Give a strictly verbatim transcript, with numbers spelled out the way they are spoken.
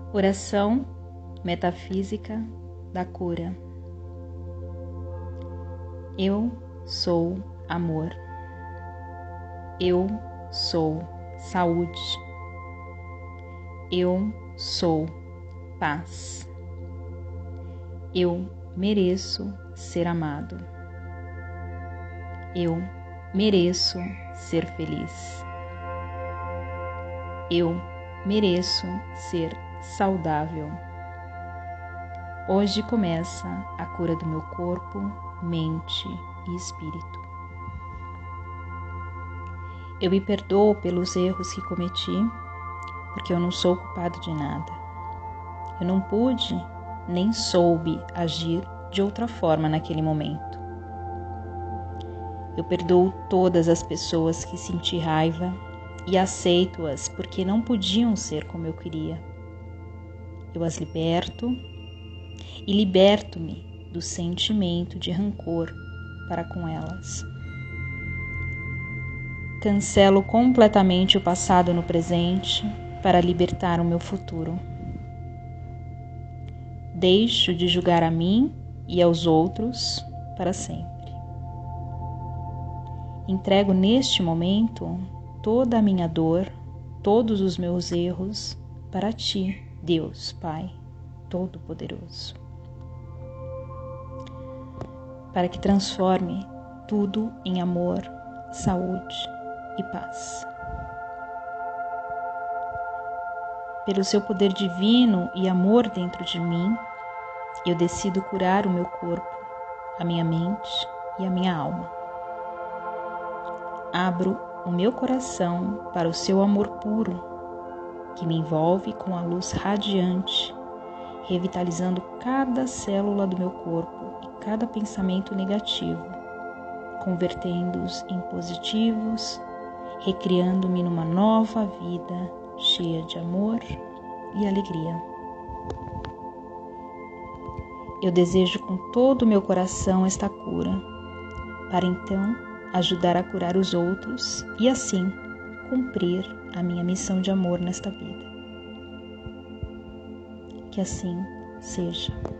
Oração metafísica da cura. Eu sou amor. Eu sou saúde. Eu sou paz. Eu mereço ser amado. Eu mereço ser feliz. Eu mereço ser saudável. Hoje começa a cura do meu corpo, mente e espírito. Eu me perdoo pelos erros que cometi, porque eu não sou culpado de nada. Eu não pude nem soube agir de outra forma naquele momento. Eu perdoo todas as pessoas que senti raiva e aceito-as porque não podiam ser como eu queria. Eu as liberto e liberto-me do sentimento de rancor para com elas. Cancelo completamente o passado no presente para libertar o meu futuro. Deixo de julgar a mim e aos outros para sempre. Entrego neste momento toda a minha dor, todos os meus erros para Ti, Deus, Pai Todo-Poderoso, para que transforme tudo em amor, saúde e paz. Pelo Seu poder divino e amor dentro de mim, eu decido curar o meu corpo, a minha mente e a minha alma. Abro o meu coração para o Seu amor puro, que me envolve com a luz radiante, revitalizando cada célula do meu corpo e cada pensamento negativo, convertendo-os em positivos, recriando-me numa nova vida cheia de amor e alegria. Eu desejo com todo o meu coração esta cura, para então ajudar a curar os outros e assim cumprir a minha missão de amor nesta vida. Que assim seja.